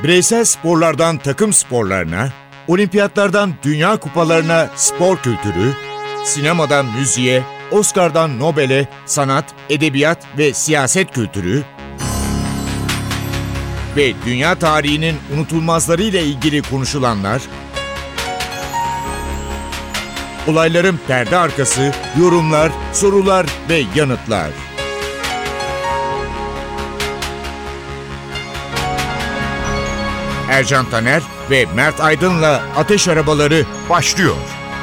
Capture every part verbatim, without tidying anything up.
Bireysel sporlardan takım sporlarına, olimpiyatlardan dünya kupalarına spor kültürü, sinemadan müziğe, Oscar'dan Nobel'e sanat, edebiyat ve siyaset kültürü ve dünya tarihinin unutulmazlarıyla ilgili konuşulanlar, olayların perde arkası, yorumlar, sorular ve yanıtlar. Ercan Taner ve Mert Aydın'la Ateş Arabaları başlıyor.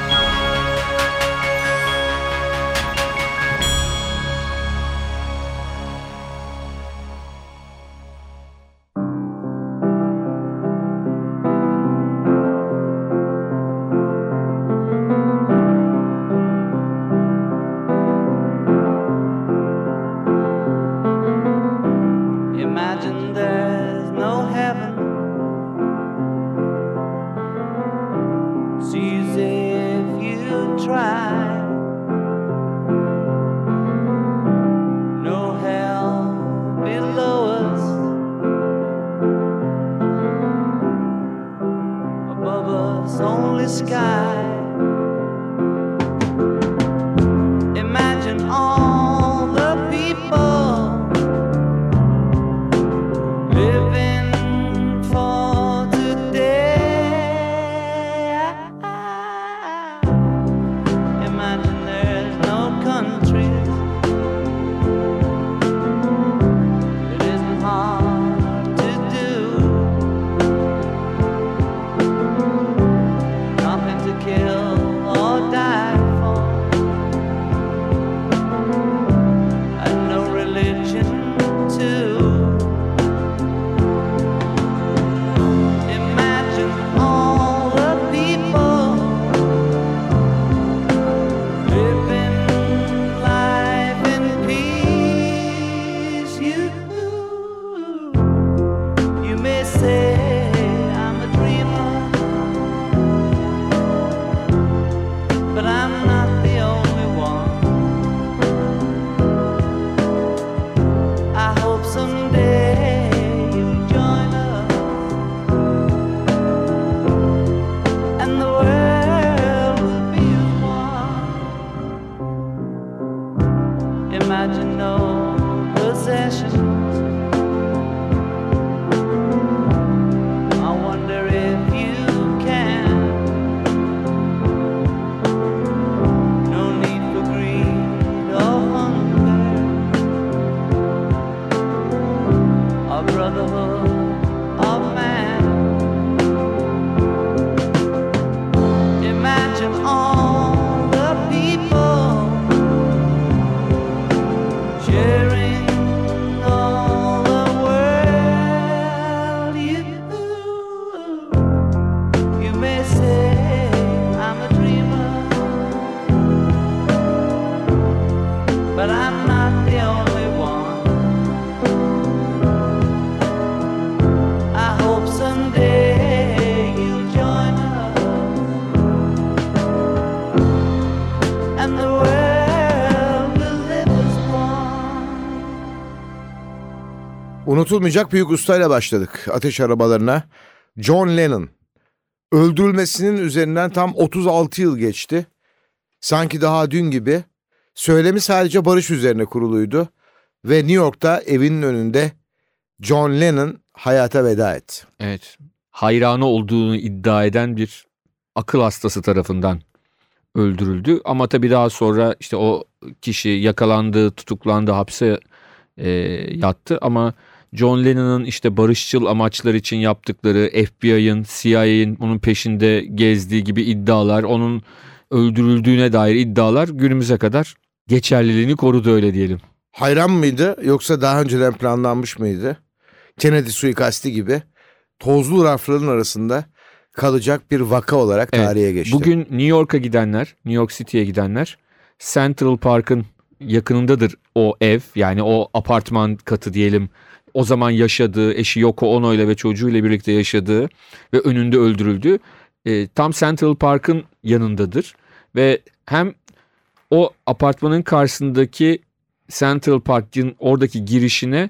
Unutulmayacak büyük ustayla başladık Ateş Arabalarına. John Lennon. Öldürülmesinin üzerinden tam otuz altı yıl geçti. Sanki daha dün gibi. Söylemi sadece barış üzerine kuruluydu. Ve New York'ta evinin önünde John Lennon hayata veda etti. Evet, hayranı olduğunu iddia eden bir akıl hastası tarafından öldürüldü. Ama tabii daha sonra işte o kişi yakalandı, tutuklandı, hapse e, yattı. Ama John Lennon'ın işte barışçıl amaçlar için yaptıkları, F B I'ın, C I A'nin onun peşinde gezdiği gibi iddialar, onun öldürüldüğüne dair iddialar günümüze kadar geçerliliğini korudu, öyle diyelim. Hayran mıydı yoksa daha önceden planlanmış mıydı? Kennedy suikasti gibi tozlu rafların arasında kalacak bir vaka olarak evet, tarihe geçti. Bugün New York'a gidenler, New York City'ye gidenler, Central Park'ın yakınındadır o ev, yani o apartman katı diyelim. O zaman yaşadığı, eşi Yoko Ono ile ve çocuğuyla birlikte yaşadığı ve önünde öldürüldüğü e, tam Central Park'ın yanındadır. Ve hem o apartmanın karşısındaki Central Park'ın oradaki girişine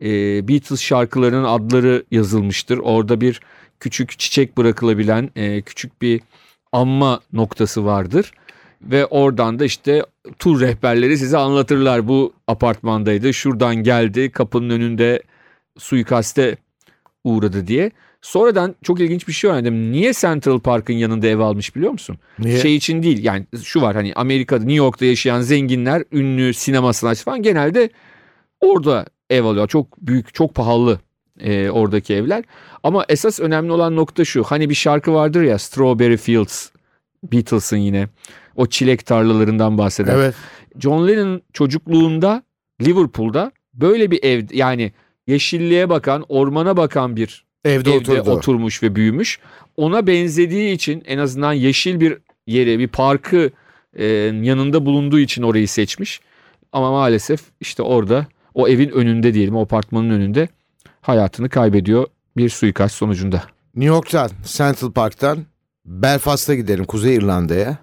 e, Beatles şarkılarının adları yazılmıştır. Orada bir küçük çiçek bırakılabilen e, küçük bir anma noktası vardır. Ve oradan da işte tur rehberleri size anlatırlar. Bu apartmandaydı, şuradan geldi, kapının önünde suikaste uğradı diye. Sonradan çok ilginç bir şey öğrendim. Niye Central Park'ın yanında ev almış biliyor musun? Niye? Şey için değil, yani şu var, hani Amerika'da, New York'ta yaşayan zenginler, ünlü sinema sanatçısı falan genelde orada ev alıyor. Çok büyük, çok pahalı e, oradaki evler. Ama esas önemli olan nokta şu. Hani bir şarkı vardır ya, Strawberry Fields, Beatles'ın yine. O çilek tarlalarından bahseder. Evet. John Lennon çocukluğunda Liverpool'da böyle bir ev, yani yeşilliğe bakan, ormana bakan bir Evde, evde oturdu. oturmuş ve büyümüş. Ona benzediği için, en azından yeşil bir yere, bir parkı e, yanında bulunduğu için orayı seçmiş. Ama maalesef işte orada, o evin önünde diyelim, o apartmanın önünde hayatını kaybediyor bir suikast sonucunda. New York'tan, Central Park'tan Belfast'a gidelim, Kuzey İrlanda'ya.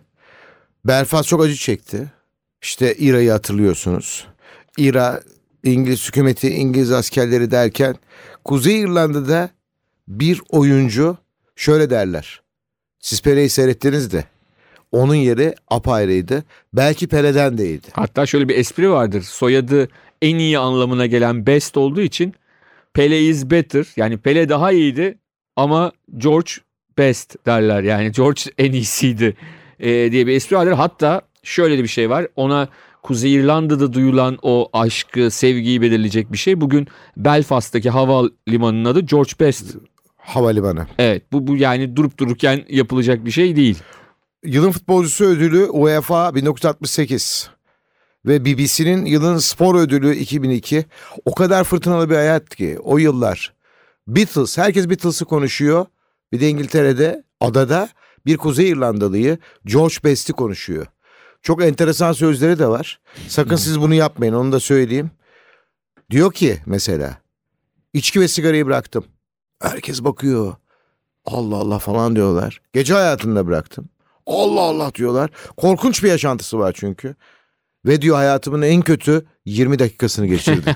Belfast çok acı çekti. İşte İRA'yı hatırlıyorsunuz. İRA, İngiliz hükümeti, İngiliz askerleri derken Kuzey İrlanda'da bir oyuncu, şöyle derler. Siz Pele'yi seyrettiniz de onun yeri apayrıydı. Belki Pele'den de iyiydi. Hatta şöyle bir espri vardır. Soyadı en iyi anlamına gelen Best olduğu için Pele is better, yani Pele daha iyiydi ama George best derler. Yani George en iyisiydi e, diye bir espri vardır. Hatta şöyle de bir şey var. Ona Kuzey İrlanda'da duyulan o aşkı, sevgiyi belirleyecek bir şey. Bugün Belfast'taki havalimanının adı George Best Havalimanı. Evet, bu, bu yani durup dururken yapılacak bir şey değil. Yılın futbolcusu ödülü UEFA bin dokuz yüz altmış sekiz ve B B C'nin yılın spor ödülü iki bin iki. O kadar fırtınalı bir hayat ki o yıllar. Beatles, herkes Beatles'ı konuşuyor. Bir de İngiltere'de, adada bir Kuzey İrlandalıyı, George Best'i konuşuyor. Çok enteresan sözleri de var. Sakın siz bunu yapmayın, onu da söyleyeyim. Diyor ki mesela, içki ve sigarayı bıraktım. Herkes bakıyor. Allah Allah falan diyorlar. Gece hayatında bıraktım. Allah Allah diyorlar. Korkunç bir yaşantısı var çünkü. Ve diyor hayatımın en kötü yirmi dakikasını geçirdim.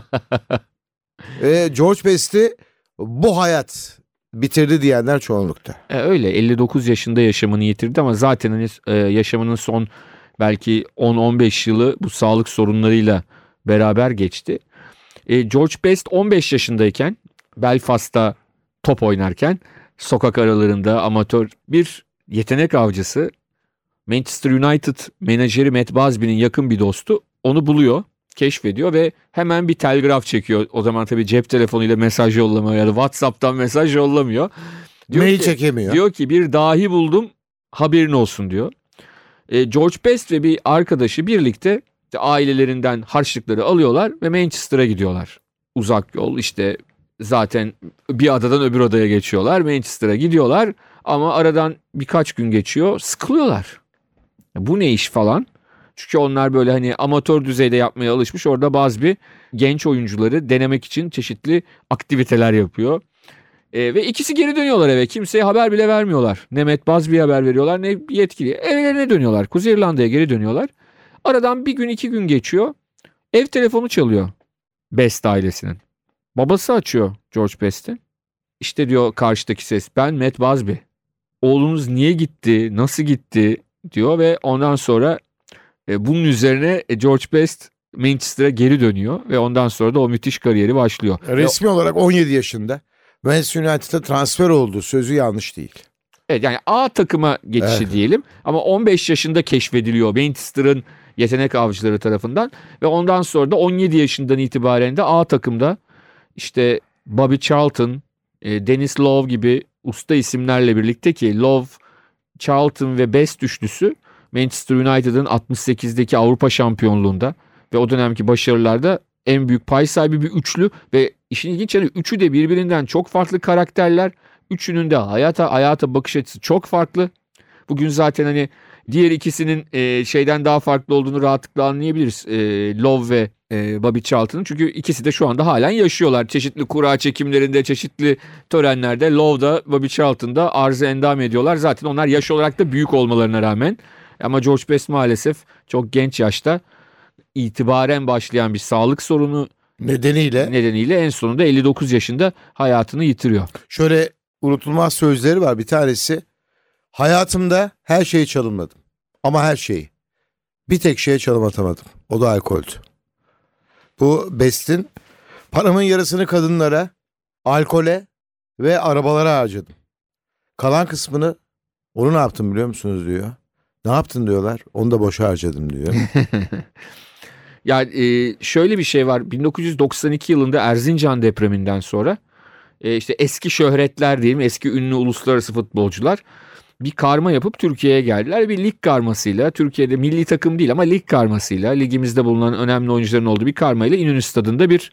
Ve George Best'i bu hayat bitirdi diyenler çoğunlukta. E, öyle elli dokuz yaşında yaşamını yitirdi ama zaten hani, e, yaşamının son belki on on beş yılı bu sağlık sorunlarıyla beraber geçti. E, George Best on beş yaşındayken Belfast'ta top oynarken sokak aralarında amatör bir yetenek avcısı, Manchester United menajeri Matt Busby'nin yakın bir dostu onu buluyor, keşfediyor ve hemen bir telgraf çekiyor. O zaman tabii cep telefonuyla mesaj yollamıyor ya da WhatsApp'tan mesaj yollamıyor. Diyor Mail ki, çekemiyor. Diyor ki bir dahi buldum, haberin olsun diyor. E, George Best ve bir arkadaşı birlikte işte ailelerinden harçlıkları alıyorlar ve Manchester'a gidiyorlar. Uzak yol işte, zaten bir adadan öbür adaya geçiyorlar. Manchester'a gidiyorlar ama aradan birkaç gün geçiyor, sıkılıyorlar. Bu ne iş falan. Çünkü onlar böyle hani amatör düzeyde yapmaya alışmış. Orada Busby genç oyuncuları denemek için çeşitli aktiviteler yapıyor. E, ve ikisi geri dönüyorlar eve. Kimseye haber bile vermiyorlar. Ne Matt Busby'ye haber veriyorlar ne bir yetkili. Evlerine dönüyorlar. Kuzey İrlanda'ya geri dönüyorlar. Aradan bir gün iki gün geçiyor. Ev telefonu çalıyor Best ailesinin. Babası açıyor George Best'in. İşte diyor karşıdaki ses, ben Matt Busby. Oğlunuz niye gitti, nasıl gitti diyor ve ondan sonra e, bunun üzerine e, George Best Manchester'a geri dönüyor ve ondan sonra da o müthiş kariyeri başlıyor. Resmi olarak on yedi yaşında Manchester United'a transfer olduğu sözü yanlış değil. Evet, yani A takıma geçişi Evet. diyelim ama on beş yaşında keşfediliyor Manchester'ın yetenek avcıları tarafından ve ondan sonra da on yedi yaşından itibaren de A takımda işte Bobby Charlton, e, Dennis Love gibi usta isimlerle birlikte, ki Love, Charlton ve Best üçlüsü Manchester United'ın altmış sekizdeki Avrupa şampiyonluğunda ve o dönemki başarılarda en büyük pay sahibi bir üçlü ve işin ilginç yanı üçü de birbirinden çok farklı karakterler. Üçünün de hayata hayata bakış açısı çok farklı. Bugün zaten hani diğer ikisinin e, şeyden daha farklı olduğunu rahatlıkla anlayabiliriz. E, Love ve e, Bobby Charlton'ın. Çünkü ikisi de şu anda halen yaşıyorlar. Çeşitli kura çekimlerinde, çeşitli törenlerde Love'da, Bobby Charlton'da arzı endam ediyorlar. Zaten onlar yaş olarak da büyük olmalarına rağmen. Ama George Best maalesef çok genç yaşta itibaren başlayan bir sağlık sorunu Nedeniyle. Nedeniyle en sonunda elli dokuz yaşında hayatını yitiriyor. Şöyle unutulmaz sözleri var. Bir tanesi, hayatımda her şeyi çalımladım. Ama her şeyi. Bir tek şeye çalım atamadım. O da alkoldü. Bu Best'in, paramın yarısını kadınlara, alkole ve arabalara harcadım. Kalan kısmını, onu ne yaptım biliyor musunuz diyor. Ne yaptın diyorlar. Onu da boşa harcadım diyor. Yani e, şöyle bir şey var. bin dokuz yüz doksan iki yılında Erzincan depreminden sonra e, işte eski şöhretler diyelim, eski ünlü uluslararası futbolcular bir karma yapıp Türkiye'ye geldiler. Bir lig karmasıyla, Türkiye'de milli takım değil ama lig karmasıyla, ligimizde bulunan önemli oyuncuların olduğu bir karmayla İnönü Stadı'nda bir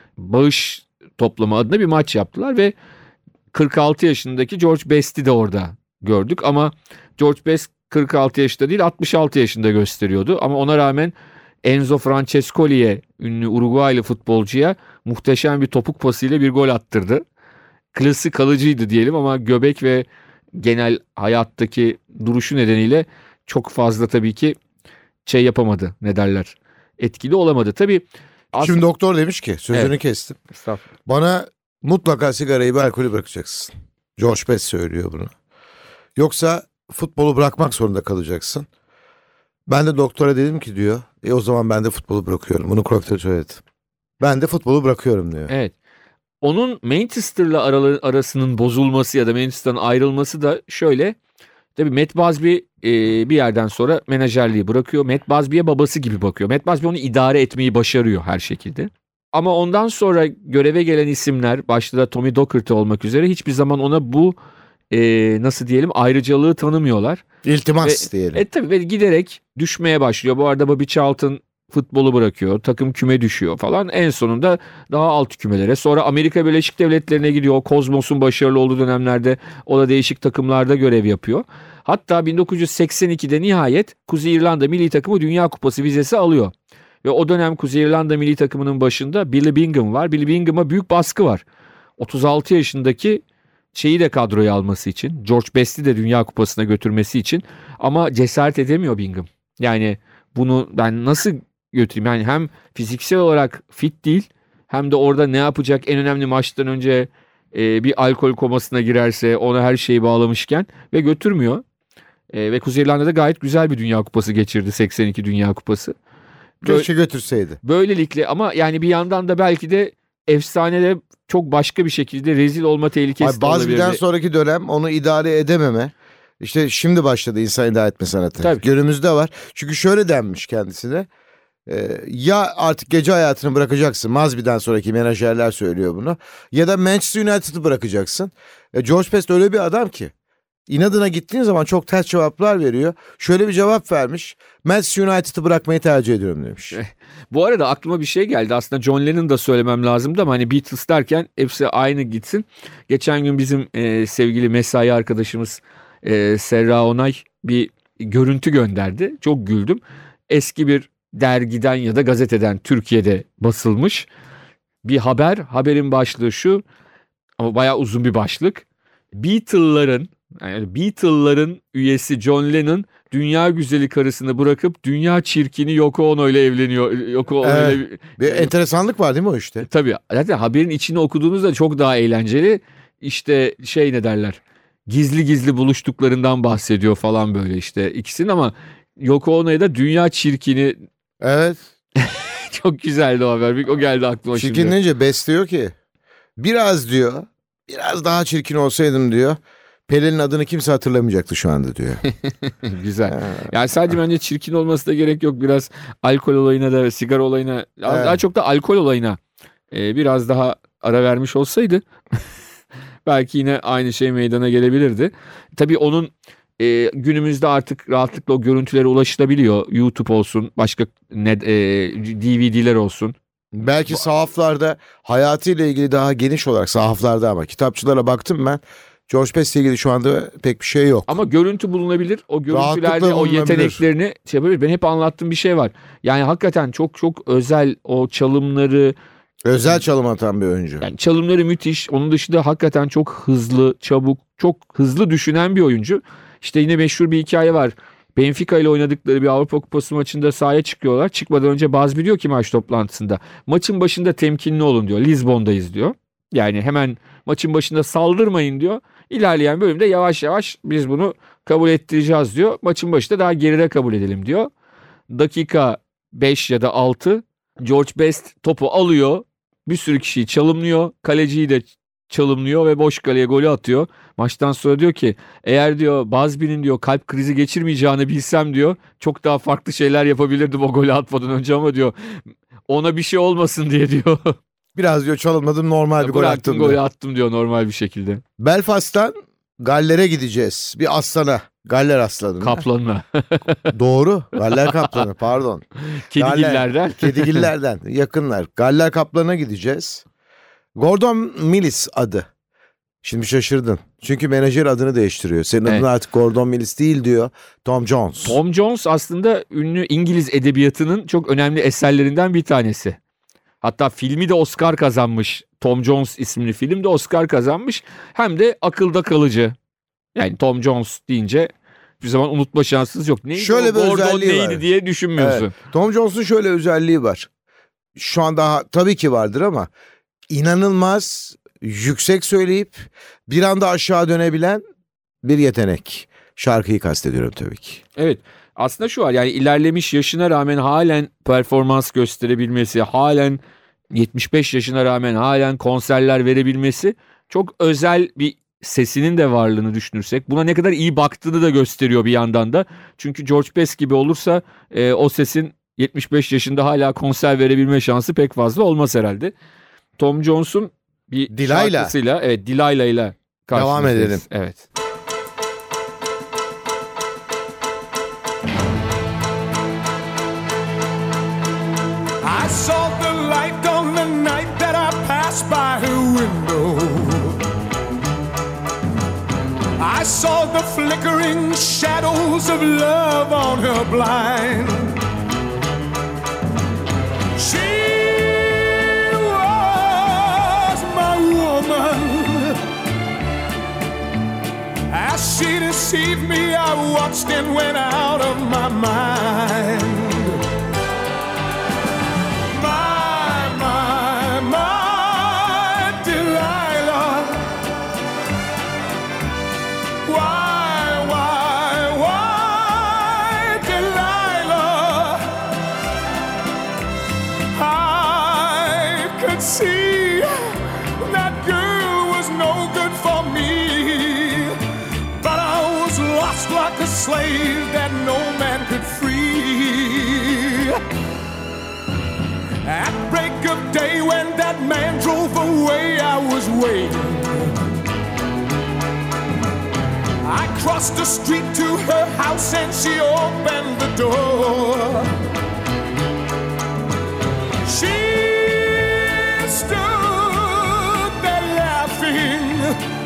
bağış toplama adına bir maç yaptılar ve kırk altı yaşındaki George Best'i de orada gördük ama George Best kırk altı yaşında değil altmış altı yaşında gösteriyordu ama ona rağmen Enzo Francescoli'ye, ünlü Uruguaylı futbolcuya muhteşem bir topuk pasıyla bir gol attırdı. Klası kalıcıydı diyelim ama göbek ve genel hayattaki duruşu nedeniyle çok fazla tabii ki şey yapamadı, ne derler, etkili olamadı. Tabii aslında... Şimdi doktor demiş ki, sözünü Evet. kestim. Bana mutlaka sigarayı ve alkolü bırakacaksın. George Best söylüyor bunu. Yoksa futbolu bırakmak zorunda kalacaksın. Ben de doktora dedim ki diyor, e o zaman ben de futbolu bırakıyorum. Bunu Cruyff söyledi. Ben de futbolu bırakıyorum diyor. Evet. Onun Manchester'la aralı- arasının bozulması ya da Manchester'dan ayrılması da şöyle. Tabii Matt Busby e, bir yerden sonra menajerliği bırakıyor. Matt Busby'ye babası gibi bakıyor. Matt Busby onu idare etmeyi başarıyor her şekilde. Ama ondan sonra göreve gelen isimler, başta da Tommy Docherty olmak üzere, hiçbir zaman ona bu e, nasıl diyelim ayrıcalığı tanımıyorlar. İltimas Ve, diyelim. E tabii ve giderek düşmeye başlıyor. Bu arada Bobby Charlton futbolu bırakıyor. Takım küme düşüyor falan. En sonunda daha alt kümelere. Sonra Amerika Birleşik Devletleri'ne gidiyor. Kozmos'un başarılı olduğu dönemlerde o da değişik takımlarda görev yapıyor. Hatta bin dokuz yüz seksen ikide nihayet Kuzey İrlanda milli takımı Dünya Kupası vizesi alıyor. Ve o dönem Kuzey İrlanda milli takımının başında Billy Bingham var. Billy Bingham'a büyük baskı var. otuz altı yaşındaki şeyi de kadroya alması için, George Best'i de Dünya Kupası'na götürmesi için, ama cesaret edemiyor Bingham. Yani bunu ben nasıl götüreyim? Yani hem fiziksel olarak fit değil, hem de orada ne yapacak, en önemli maçtan önce e, bir alkol komasına girerse ona her şeyi bağlamışken, ve götürmüyor. E, ve Kuzey İrlanda'da gayet güzel bir Dünya Kupası geçirdi, seksen iki Dünya Kupası. Keşke götürseydi. Böylelikle ama yani bir yandan da belki de efsanede çok başka bir şekilde rezil olma tehlikesi Ay, de olabilirdi. Busby'den sonraki dönem onu idare edememe. İşte şimdi başladı insan idare etme sanatı. Tabii. Günümüzde var. Çünkü şöyle denmiş kendisine. Ee, ya artık gece hayatını bırakacaksın. Busby'den sonraki menajerler söylüyor bunu. Ya da Manchester United'ı bırakacaksın. E, George Best öyle bir adam ki, İnadına gittiğin zaman çok ters cevaplar veriyor. Şöyle bir cevap vermiş. Manchester United'ı bırakmayı tercih ediyorum demiş. Bu arada aklıma bir şey geldi. Aslında John Lennon'ı da söylemem lazımdı ama hani Beatles derken hepsi aynı gitsin. Geçen gün bizim e, sevgili mesai arkadaşımız e, Serra Onay bir görüntü gönderdi. Çok güldüm. Eski bir dergiden ya da gazeteden Türkiye'de basılmış bir haber. Haberin başlığı şu, ama bayağı uzun bir başlık. Beatles'ların yani Beatles'ların üyesi John Lennon dünya güzeli karısını bırakıp dünya çirkini Yoko Ono ile evleniyor. Yoko Ono Evet. ile... Bir enteresanlık var değil mi o işte? Tabii. Zaten haberin içini okuduğunuzda çok daha eğlenceli. İşte şey ne derler? Gizli gizli buluştuklarından bahsediyor falan böyle işte ikisinin, ama Yoko Ono'ya da dünya çirkini... Evet. Çok güzeldi o haber. O geldi aklıma şimdi. Çirkinlenince Best diyor ki, biraz diyor, biraz daha çirkin olsaydım diyor, Pelin'in adını kimse hatırlamayacaktı şu anda diyor. Güzel. Yani sadece bence çirkin olması da gerek yok. Biraz alkol olayına da, sigara olayına, evet, daha çok da alkol olayına e, biraz daha ara vermiş olsaydı belki yine aynı şey meydana gelebilirdi. Tabii onun e, günümüzde artık rahatlıkla o görüntülere ulaşılabiliyor. YouTube olsun, başka ne, e, D V D'ler olsun. Belki sahaflarda hayatıyla ilgili daha geniş olarak, sahaflarda ama kitapçılara baktım ben. George Best'le ilgili şu anda pek bir şey yok. Ama görüntü bulunabilir. O görüntülerde Rahatlıkla o bulunabilir. yeteneklerini şey yapabilir. Ben hep anlattığım bir şey var. Yani hakikaten çok çok özel o çalımları. Özel çalım atan bir oyuncu. Yani çalımları müthiş. Onun dışında hakikaten çok hızlı, çabuk, çok hızlı düşünen bir oyuncu. İşte yine meşhur bir hikaye var. Benfica ile oynadıkları bir Avrupa Kupası maçında sahaya çıkıyorlar. Çıkmadan önce Busby diyor ki maç toplantısında, maçın başında temkinli olun diyor. Lizbon'dayız diyor. Yani hemen maçın başında saldırmayın diyor. İlerleyen bölümde yavaş yavaş biz bunu kabul ettireceğiz diyor. Maçın başında daha geride kabul edelim diyor. Dakika beş ya da altı George Best topu alıyor. Bir sürü kişiyi çalımlıyor. Kaleciyi de çalımlıyor ve boş kaleye golü atıyor. Maçtan sonra diyor ki eğer diyor Busby'nin diyor kalp krizi geçirmeyeceğini bilsem diyor çok daha farklı şeyler yapabilirdim o golü atmadan önce ama diyor ona bir şey olmasın diye diyor. Biraz diyor çalımladım, normal bir gol Bıraktım attım diyor. golü attım diyor normal bir şekilde. Belfast'tan Galler'e gideceğiz. Bir aslana. Galler aslanı. Kaplanına. Doğru. Galler kaplanı pardon. Kedigillerden. Galler- Kedigillerden yakınlar. Galler kaplanına gideceğiz. Gordon Millis adı. Şimdi şaşırdın. Çünkü menajer adını değiştiriyor. Senin Evet. adın artık Gordon Millis değil diyor. Tom Jones. Tom Jones aslında ünlü İngiliz edebiyatının çok önemli eserlerinden bir tanesi. Hatta filmi de Oscar kazanmış. Tom Jones isimli film de Oscar kazanmış. Hem de akılda kalıcı. Yani Tom Jones deyince bir zaman unutma şansınız yok. Neydi Şöyle o bir Gordon özelliği neydi var. diye düşünmüyorsun. Evet. Tom Jones'un şöyle özelliği var. Şu an daha tabii ki vardır ama inanılmaz yüksek söyleyip bir anda aşağı dönebilen bir yetenek. Şarkıyı kastediyorum tabii ki. Evet. Aslında şu var, yani ilerlemiş yaşına rağmen halen performans gösterebilmesi, halen yetmiş beş yaşına rağmen halen konserler verebilmesi çok özel bir sesinin de varlığını düşünürsek. Buna ne kadar iyi baktığını da gösteriyor bir yandan da. Çünkü George Best gibi olursa e, o sesin yetmiş beş yaşında hala konser verebilme şansı pek fazla olmaz herhalde. Tom Jones'un bir Delilah. şarkısıyla, evet, Delilah ile Devam edelim. Evet. I saw the light on the night that I passed by her window. I saw the flickering shadows of love on her blind. She was my woman. As she deceived me, I watched and went out of my mind. See, that girl was no good for me, but I was lost like a slave that no man could free. At break of day when that man drove away, I was waiting. I crossed the street to her house and she opened the door. She stood there laughing.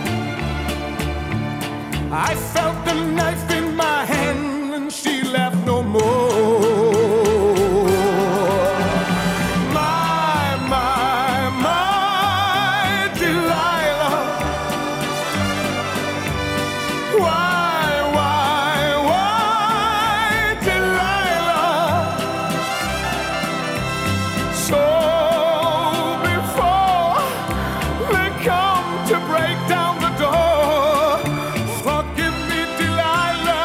I felt the knife in my hand and she laughed no more. My, my, my Delilah. Why, why, why Delilah? So to break down the door, forgive me, Delilah.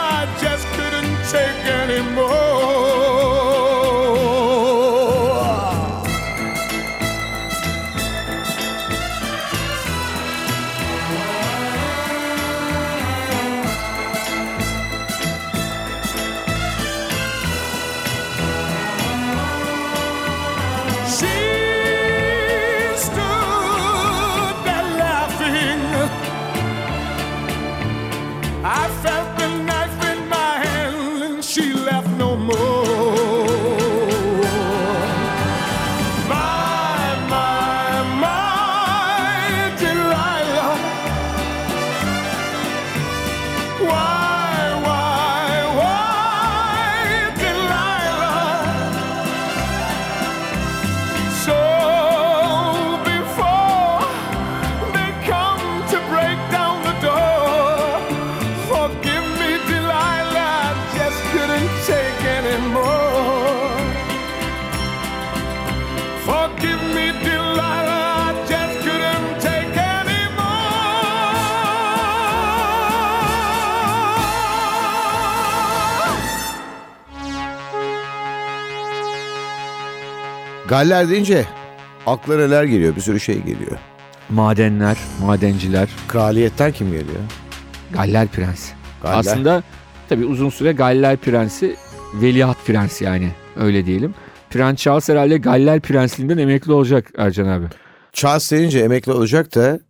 Galler deyince akla neler geliyor? Bir sürü şey geliyor. Madenler, madenciler, Kraliyetten kim geliyor? Galler Prensi. Galler. Aslında tabii uzun süre Galler Prensi, Veliaht Prensi yani öyle diyelim. Prens Charles herhalde Galler Prensliğinden emekli olacak Ercan abi. Charles deyince emekli olacak da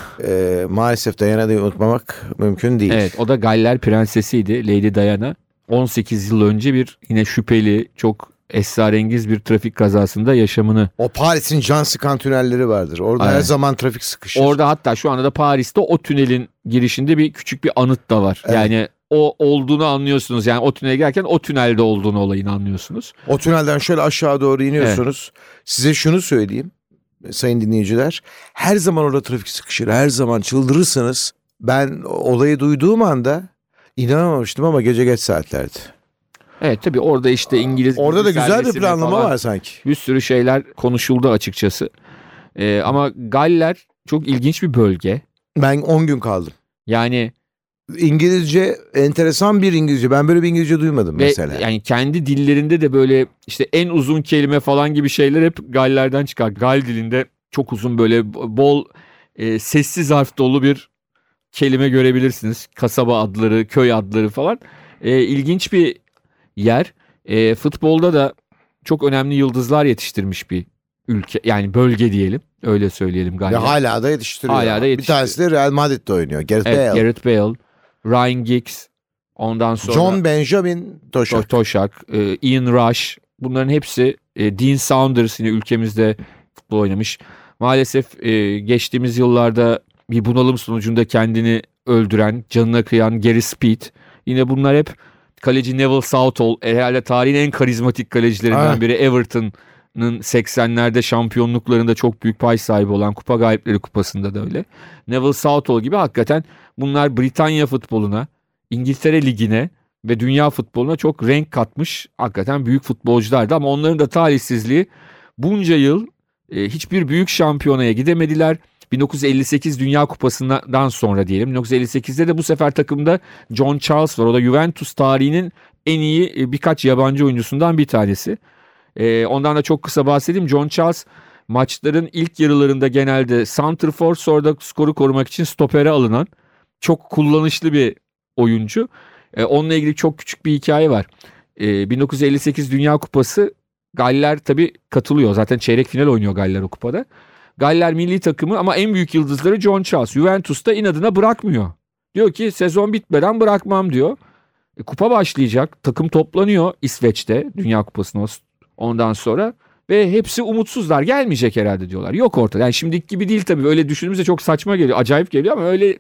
e, maalesef Diana'yı unutmamak mümkün değil. Evet, o da Galler Prensesiydi, Lady Diana. on sekiz yıl önce bir yine şüpheli, çok esrarengiz bir trafik kazasında yaşamını. O Paris'in can sıkan tünelleri vardır. Orada Aynen. her zaman trafik sıkışır. Orada hatta şu anda da Paris'te o tünelin girişinde bir küçük bir anıt da var. Evet. Yani o olduğunu anlıyorsunuz. Yani o tünele gelirken o tünelde olduğunu, olayın anlıyorsunuz. O tünelden şöyle aşağı doğru iniyorsunuz. Size şunu söyleyeyim sayın dinleyiciler. Her zaman orada trafik sıkışır. Her zaman çıldırırsınız. Ben olayı duyduğum anda inanamamıştım ama gece geç saatlerdi. Evet, tabii orada işte İngiliz... Orada da güzel bir serbestliği planlama falan, var sanki. bir sürü şeyler konuşuldu açıkçası. Ee, ama Galler çok ilginç bir bölge. Ben on gün kaldım. Yani İngilizce enteresan bir İngilizce. Ben böyle bir İngilizce duymadım ve mesela. yani kendi dillerinde de böyle işte en uzun kelime falan gibi şeyler hep Galler'den çıkar. Gal dilinde çok uzun böyle bol e, sessiz harf dolu bir kelime görebilirsiniz. Kasaba adları, köy adları falan. E, ilginç bir yer. E, futbolda da çok önemli yıldızlar yetiştirmiş bir ülke, yani bölge diyelim. Öyle söyleyelim Galler. Ve hala da yetiştiriyor. Hala da Bir yetiştiriyor. tanesi de Real Madrid'de oynuyor. Gareth Evet, Bale. Gareth Bale, Ryan Giggs, ondan sonra John Benjamin Toşak. To- Toşak, e, Ian Rush, bunların hepsi e, Dean Saunders yine ülkemizde futbol oynamış. Maalesef e, geçtiğimiz yıllarda bir bunalım sonucunda kendini öldüren, canına kıyan Gary Speed. Yine bunlar hep kaleci Neville Southall, herhalde tarihin en karizmatik kalecilerinden Ha. biri. Everton'ın seksenlerde şampiyonluklarında çok büyük pay sahibi olan, Kupa Galipleri Kupası'nda da öyle. Neville Southall gibi hakikaten bunlar Britanya futboluna, İngiltere Ligi'ne ve dünya futboluna çok renk katmış hakikaten büyük futbolculardı. Ama onların da talihsizliği, bunca yıl e, hiçbir büyük şampiyonaya gidemediler. bin dokuz yüz elli sekiz Dünya Kupası'ndan sonra diyelim. bin dokuz yüz elli sekizde de bu sefer takımda John Charles var. O da Juventus tarihinin en iyi e, birkaç yabancı oyuncusundan bir tanesi. E, ondan da çok kısa bahsedeyim. John Charles maçların ilk yarılarında genelde santrfor, sonra da skoru korumak için stopere alınan çok kullanışlı bir oyuncu. E, onunla ilgili çok küçük bir hikaye var. E, bin dokuz yüz elli sekiz Dünya Kupası, Galler tabii katılıyor. Zaten çeyrek final oynuyor Galler o kupada. Galler milli takımı ama en büyük yıldızları John Charles. Juventus'ta inadına bırakmıyor. Diyor ki sezon bitmeden bırakmam diyor. E, kupa başlayacak. Takım toplanıyor İsveç'te Dünya Kupası'na ondan sonra. Ve hepsi umutsuzlar. Gelmeyecek herhalde diyorlar. Yok ortada. Yani şimdiki gibi değil tabii. Öyle düşündüğümüzde çok saçma geliyor. Acayip geliyor ama öyle.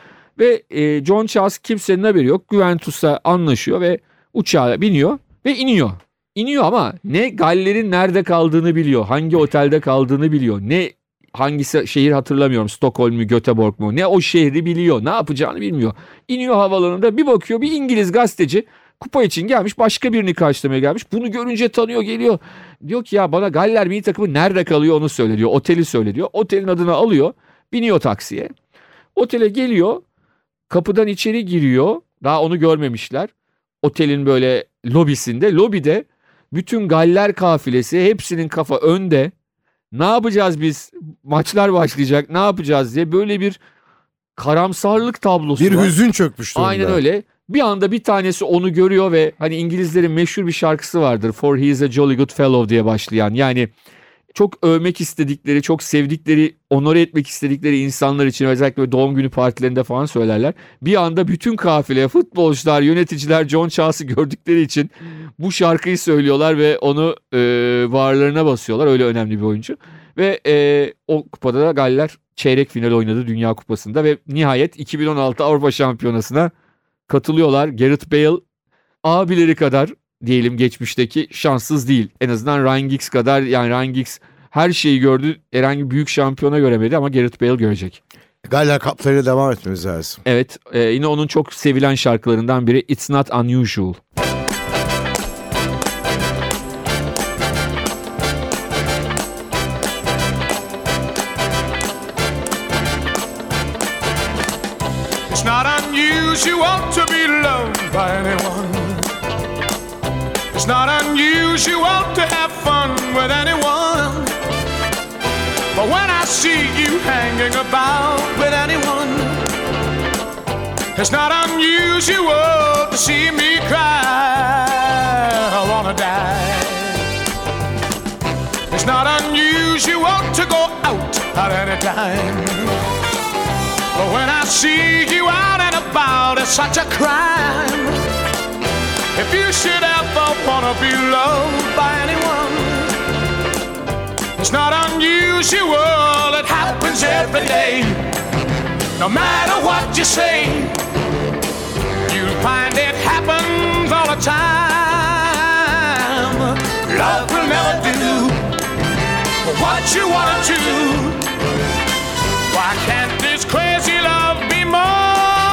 Ve e, John Charles kimsenin haberi yok. Juventus'a anlaşıyor ve uçağa biniyor ve iniyor. İniyor ama ne Galler'in nerede kaldığını biliyor. Hangi otelde kaldığını biliyor. Ne hangisi şehir hatırlamıyorum. Stockholm mu, Göteborg mu? Ne o şehri biliyor. Ne yapacağını bilmiyor. İniyor havalanında, bir bakıyor bir İngiliz gazeteci kupa için gelmiş, başka birini karşılamaya gelmiş. Bunu görünce tanıyor, geliyor. Diyor ki ya bana Galler milli takımı nerede kalıyor onu söyle diyor. Oteli söyle diyor. Otelin adını alıyor. Biniyor taksiye. Otele geliyor. Kapıdan içeri giriyor. Daha onu görmemişler. Otelin böyle lobisinde. Lobide bütün Galler kafilesi, hepsinin kafa önde. Ne yapacağız biz? Maçlar başlayacak. Ne yapacağız diye böyle bir karamsarlık tablosu Bir var. hüzün çökmüş durumda. Aynen öyle. Bir anda bir tanesi onu görüyor ve hani İngilizlerin meşhur bir şarkısı vardır. For he is a jolly good fellow diye başlayan. Yani çok övmek istedikleri, çok sevdikleri, onore etmek istedikleri insanlar için özellikle doğum günü partilerinde falan söylerler. Bir anda bütün kafile, futbolcular, yöneticiler John Charles'ı gördükleri için bu şarkıyı söylüyorlar ve onu e, bağırlarına basıyorlar. Öyle önemli bir oyuncu. Ve e, o kupada da Galler çeyrek final oynadı Dünya Kupası'nda ve nihayet iki bin on altı Avrupa Şampiyonası'na katılıyorlar. Gareth Bale abileri kadar diyelim geçmişteki şanssız değil. En azından Ryan Giggs kadar, yani Ryan Giggs her şeyi gördü. Herhangi büyük şampiyona göremedi ama Gareth Bale görecek. Galler kaplarıyla devam etmemiz lazım. Evet, e, yine onun çok sevilen şarkılarından biri It's Not Unusual. It's not unusual to be loved by anyone. It's It's not unusual to have fun with anyone, but when I see you hanging about with anyone, it's not unusual to see me cry. I wanna die. It's not unusual to go out at any time, but when I see you out and about, it's such a crime. If you should ever wanna be loved by anyone, it's not unusual, it happens every day. No matter what you say, you'll find it happens all the time. Love will never do what you wanna do. Why can't this crazy love be more?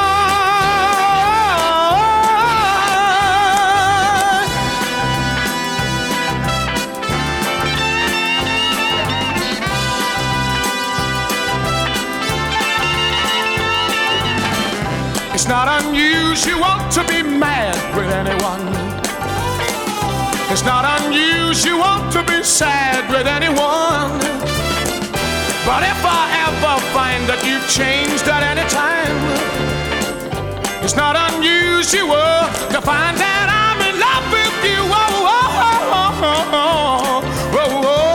It's not unusual to be mad with anyone. It's not unusual to be sad with anyone. But if I ever find that you've changed at any time, it's not unusual to find that I'm in love with you. Oh, oh, oh, oh, oh, oh, oh.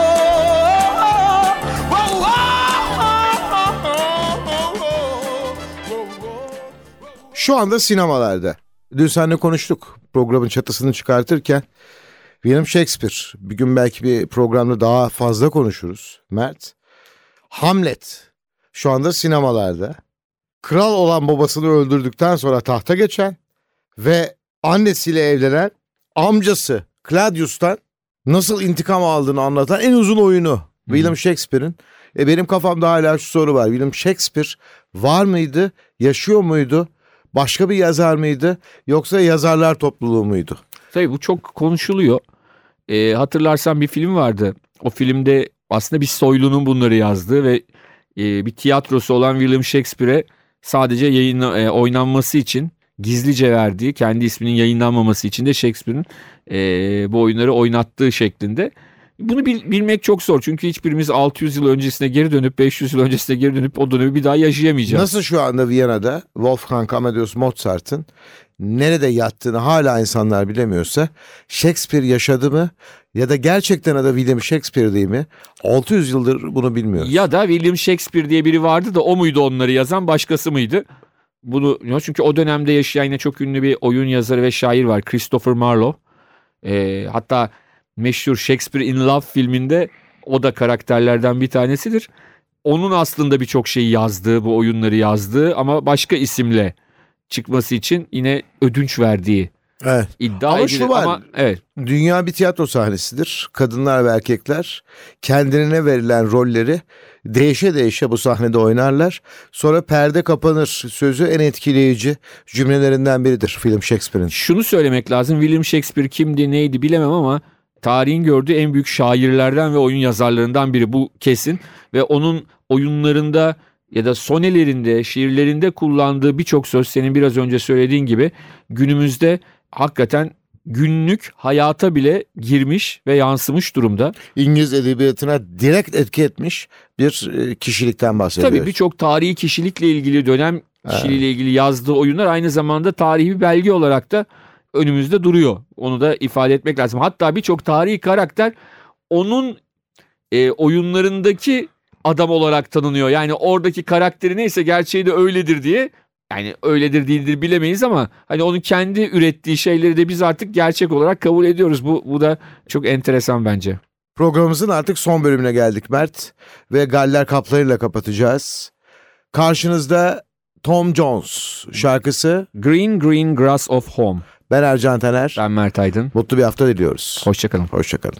Şu anda sinemalarda. Dün seninle konuştuk programın çatısını çıkartırken. William Shakespeare. Bir gün belki bir programda daha fazla konuşuruz Mert. Hamlet. Şu anda sinemalarda. Kral olan babasını öldürdükten sonra tahta geçen ve annesiyle evlenen amcası Claudius'tan nasıl intikam aldığını anlatan en uzun oyunu. Hmm. William Shakespeare'in. E benim kafamda hala şu soru var. William Shakespeare var mıydı? Yaşıyor muydu? Başka bir yazar mıydı yoksa yazarlar topluluğu muydu? Tabii bu çok konuşuluyor. Ee, hatırlarsan bir film vardı. O filmde aslında bir soylunun bunları yazdığı ve e, bir tiyatrosu olan William Shakespeare'e sadece yayın e, oynanması için gizlice verdiği, kendi isminin yayınlanmaması için de Shakespeare'in e, bu oyunları oynattığı şeklinde. Bunu bil, bilmek çok zor çünkü hiçbirimiz altı yüz yıl öncesine geri dönüp beş yüz yıl öncesine geri dönüp o dönemi bir daha yaşayamayacağız. Nasıl şu anda Viyana'da Wolfgang Amadeus Mozart'ın nerede yattığını hala insanlar bilemiyorsa, Shakespeare yaşadı mı ya da gerçekten adı William Shakespeare değil mi? altı yüz yıldır bunu bilmiyoruz. Ya da William Shakespeare diye biri vardı da o muydu onları yazan, başkası mıydı? Bunu çünkü o dönemde yaşayan yine çok ünlü bir oyun yazarı ve şair var, Christopher Marlowe. Ee, hatta meşhur Shakespeare in Love filminde o da karakterlerden bir tanesidir. Onun aslında birçok şeyi yazdığı, bu oyunları yazdığı ama başka isimle çıkması için yine ödünç verdiği evet. iddia ama edilir. Şu var, ama evet. Dünya bir tiyatro sahnesidir. Kadınlar ve erkekler kendilerine verilen rolleri değişe değişe bu sahnede oynarlar. Sonra perde kapanır sözü en etkileyici cümlelerinden biridir William Shakespeare'in. Şunu söylemek lazım. William Shakespeare kimdi, neydi bilemem ama tarihin gördüğü en büyük şairlerden ve oyun yazarlarından biri, bu kesin. Ve onun oyunlarında ya da sonelerinde, şiirlerinde kullandığı birçok söz senin biraz önce söylediğin gibi günümüzde hakikaten günlük hayata bile girmiş ve yansımış durumda. İngiliz edebiyatına direkt etki etmiş bir kişilikten bahsediyoruz. Tabii birçok tarihi kişilikle ilgili, dönem kişiliğiyle evet. ilgili yazdığı oyunlar aynı zamanda tarihi bir belge olarak da önümüzde duruyor. Onu da ifade etmek lazım. Hatta birçok tarihi karakter onun e, oyunlarındaki adam olarak tanınıyor. Yani oradaki karakteri neyse gerçeği de öyledir diye. Yani öyledir değildir bilemeyiz ama hani onun kendi ürettiği şeyleri de biz artık gerçek olarak kabul ediyoruz. Bu, bu da çok enteresan bence. Programımızın artık son bölümüne geldik Mert. Ve Galler Kapları'yla kapatacağız. Karşınızda Tom Jones şarkısı Green Green Grass of Home. Ben Ercan Taner. Ben Mert Aydın. Mutlu bir hafta diliyoruz. Hoşçakalın. Hoşçakalın.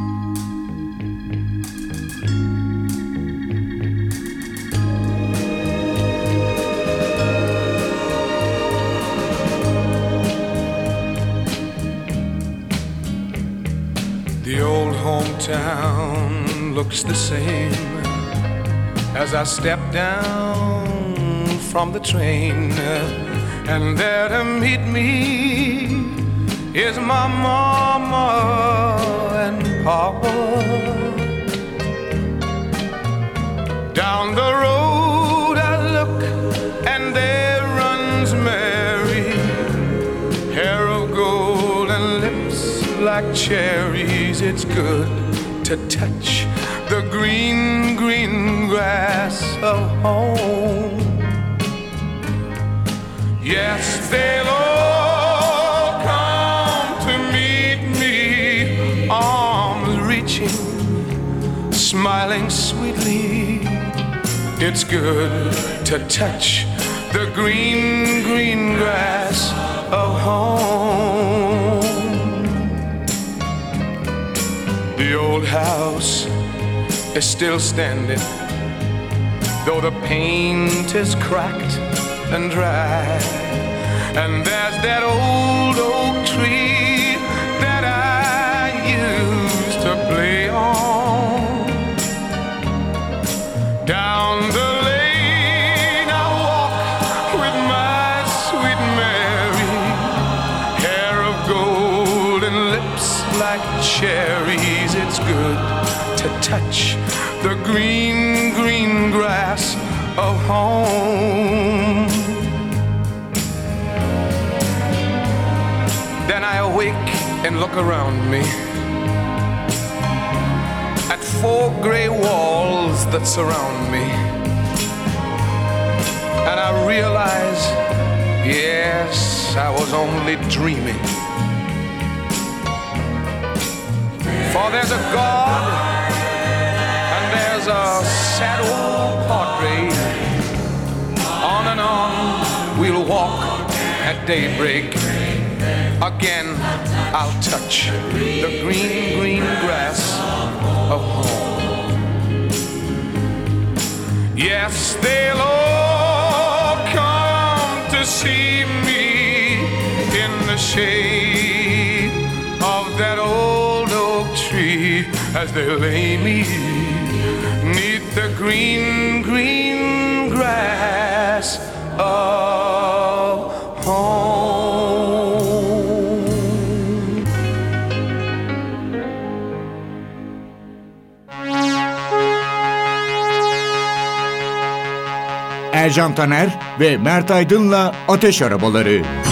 The old hometown looks the same as I step down from the train, and there to meet me is my mama and papa. Down the road I look and there runs Mary, hair of gold and lips like cherries. It's good to touch the green, green grass of home. Yes, they'll all come to meet me, arms reaching, smiling sweetly. It's good to touch the green, green grass of home. The old house is still standing, though the paint is cracked and dry. And there's that old oak tree that I used to play on. Down the lane I walk with my sweet Mary, hair of gold and lips like cherries. It's good to touch the green, green grass of home. Then I awake and look around me at four gray walls that surround me, and I realize, yes, I was only dreaming. For there's a God and there's a sad old portrait. On and on we'll walk at daybreak. Again I'll touch the green, green grass of home. Yes, they'll all come to see me in the shade of that old oak tree as they lay me 'neath the green, green grass of home. Ercan Taner ve Mert Aydın'la Ateş Arabaları.